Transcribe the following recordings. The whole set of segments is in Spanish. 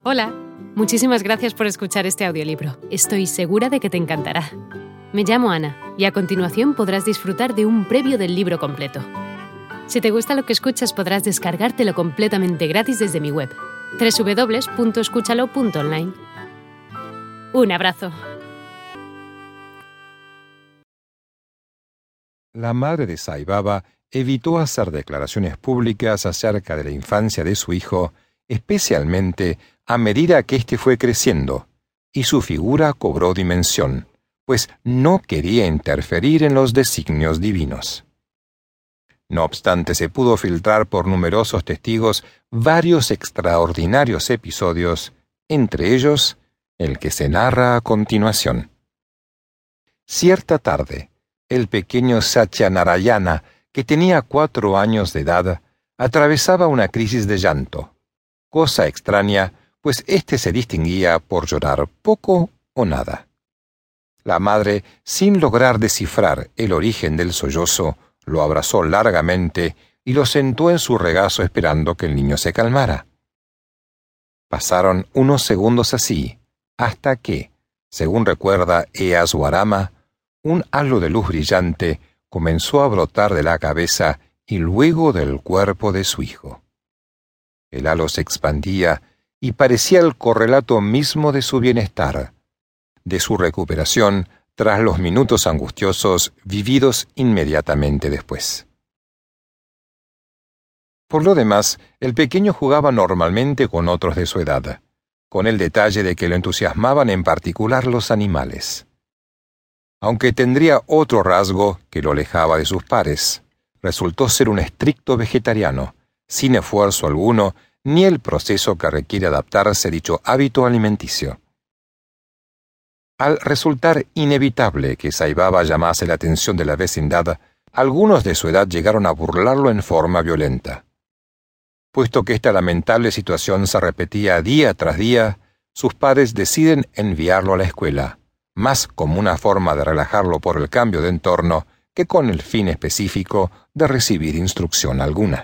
Hola, muchísimas gracias por escuchar este audiolibro. Estoy segura de que te encantará. Me llamo Ana y a continuación podrás disfrutar de un previo del libro completo. Si te gusta lo que escuchas, podrás descargártelo completamente gratis desde mi web, www.escúchalo.online. Un abrazo. La madre de Sai Baba evitó hacer declaraciones públicas acerca de la infancia de su hijo, especialmente a medida que éste fue creciendo, y su figura cobró dimensión, pues no quería interferir en los designios divinos. No obstante, se pudo filtrar por numerosos testigos varios extraordinarios episodios, entre ellos el que se narra a continuación. Cierta tarde, el pequeño Satyanarayana, que tenía 4 años de edad, atravesaba una crisis de llanto, cosa extraña, pues éste se distinguía por llorar poco o nada. La madre, sin lograr descifrar el origen del sollozo, lo abrazó largamente y lo sentó en su regazo esperando que el niño se calmara. Pasaron unos segundos así, hasta que, según recuerda Easwarama, un halo de luz brillante comenzó a brotar de la cabeza y luego del cuerpo de su hijo. El halo se expandía y parecía el correlato mismo de su bienestar, de su recuperación tras los minutos angustiosos vividos inmediatamente después. Por lo demás, el pequeño jugaba normalmente con otros de su edad, con el detalle de que lo entusiasmaban en particular los animales. Aunque tendría otro rasgo que lo alejaba de sus pares, resultó ser un estricto vegetariano, sin esfuerzo alguno ni el proceso que requiere adaptarse a dicho hábito alimenticio. Al resultar inevitable que Sai Baba llamase la atención de la vecindad, algunos de su edad llegaron a burlarlo en forma violenta. Puesto que esta lamentable situación se repetía día tras día, sus padres deciden enviarlo a la escuela, más como una forma de relajarlo por el cambio de entorno que con el fin específico de recibir instrucción alguna.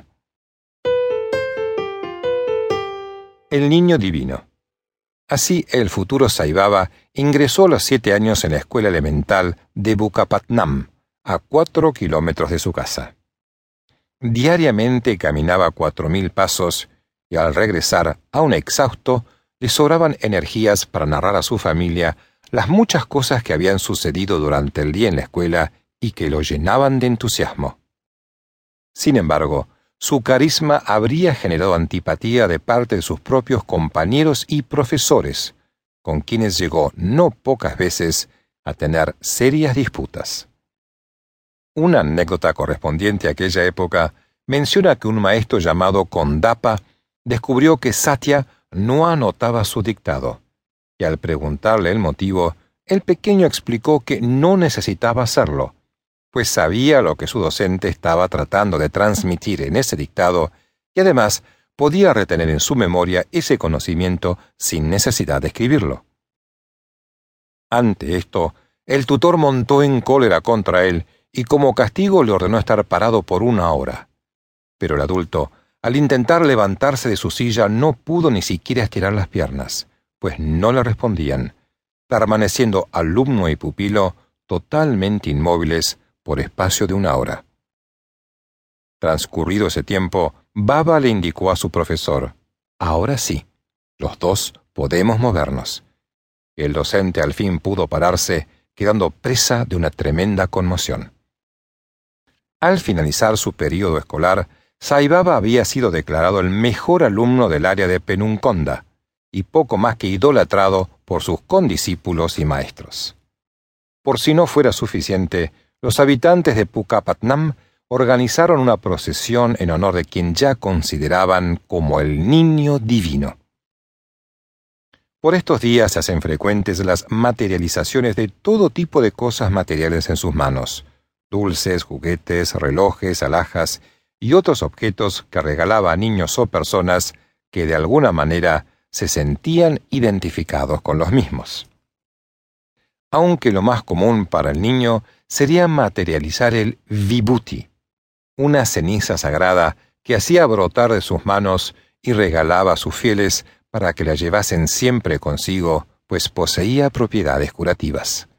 El niño divino. Así, el futuro Sai Baba ingresó a los 7 años en la escuela elemental de Bukapatnam, a 4 kilómetros de su casa. Diariamente caminaba 4.000 pasos y al regresar, aún exhausto, le sobraban energías para narrar a su familia las muchas cosas que habían sucedido durante el día en la escuela y que lo llenaban de entusiasmo. Sin embargo, su carisma habría generado antipatía de parte de sus propios compañeros y profesores, con quienes llegó no pocas veces a tener serias disputas. Una anécdota correspondiente a aquella época menciona que un maestro llamado Kondapa descubrió que Satya no anotaba su dictado, y al preguntarle el motivo, el pequeño explicó que no necesitaba hacerlo, pues sabía lo que su docente estaba tratando de transmitir en ese dictado y además podía retener en su memoria ese conocimiento sin necesidad de escribirlo. Ante esto, el tutor montó en cólera contra él y como castigo le ordenó estar parado por 1 hora. Pero el adulto, al intentar levantarse de su silla, no pudo ni siquiera estirar las piernas, pues no le respondían, permaneciendo alumno y pupilo totalmente inmóviles por espacio de 1 hora. Transcurrido ese tiempo, Baba le indicó a su profesor: «Ahora sí, los dos podemos movernos». El docente al fin pudo pararse, quedando presa de una tremenda conmoción. Al finalizar su período escolar, Sai Baba había sido declarado el mejor alumno del área de Penunkonda, y poco más que idolatrado por sus condiscípulos y maestros. Por si no fuera suficiente, los habitantes de Bukapatnam organizaron una procesión en honor de quien ya consideraban como el niño divino. Por estos días se hacen frecuentes las materializaciones de todo tipo de cosas materiales en sus manos: dulces, juguetes, relojes, alhajas y otros objetos que regalaba a niños o personas que de alguna manera se sentían identificados con los mismos. Aunque lo más común para el niño sería materializar el vibhuti, una ceniza sagrada que hacía brotar de sus manos y regalaba a sus fieles para que la llevasen siempre consigo, pues poseía propiedades curativas.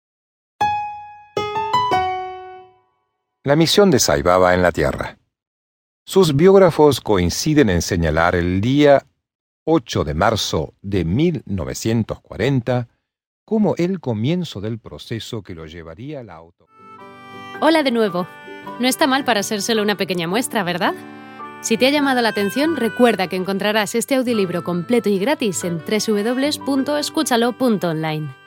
La misión de Sai Baba en la Tierra. Sus biógrafos coinciden en señalar el día 8 de marzo de 1940 como el comienzo del proceso que lo llevaría a la auto. Hola de nuevo. No está mal para ser solo una pequeña muestra, ¿verdad? Si te ha llamado la atención, recuerda que encontrarás este audiolibro completo y gratis en www.escúchalo.online.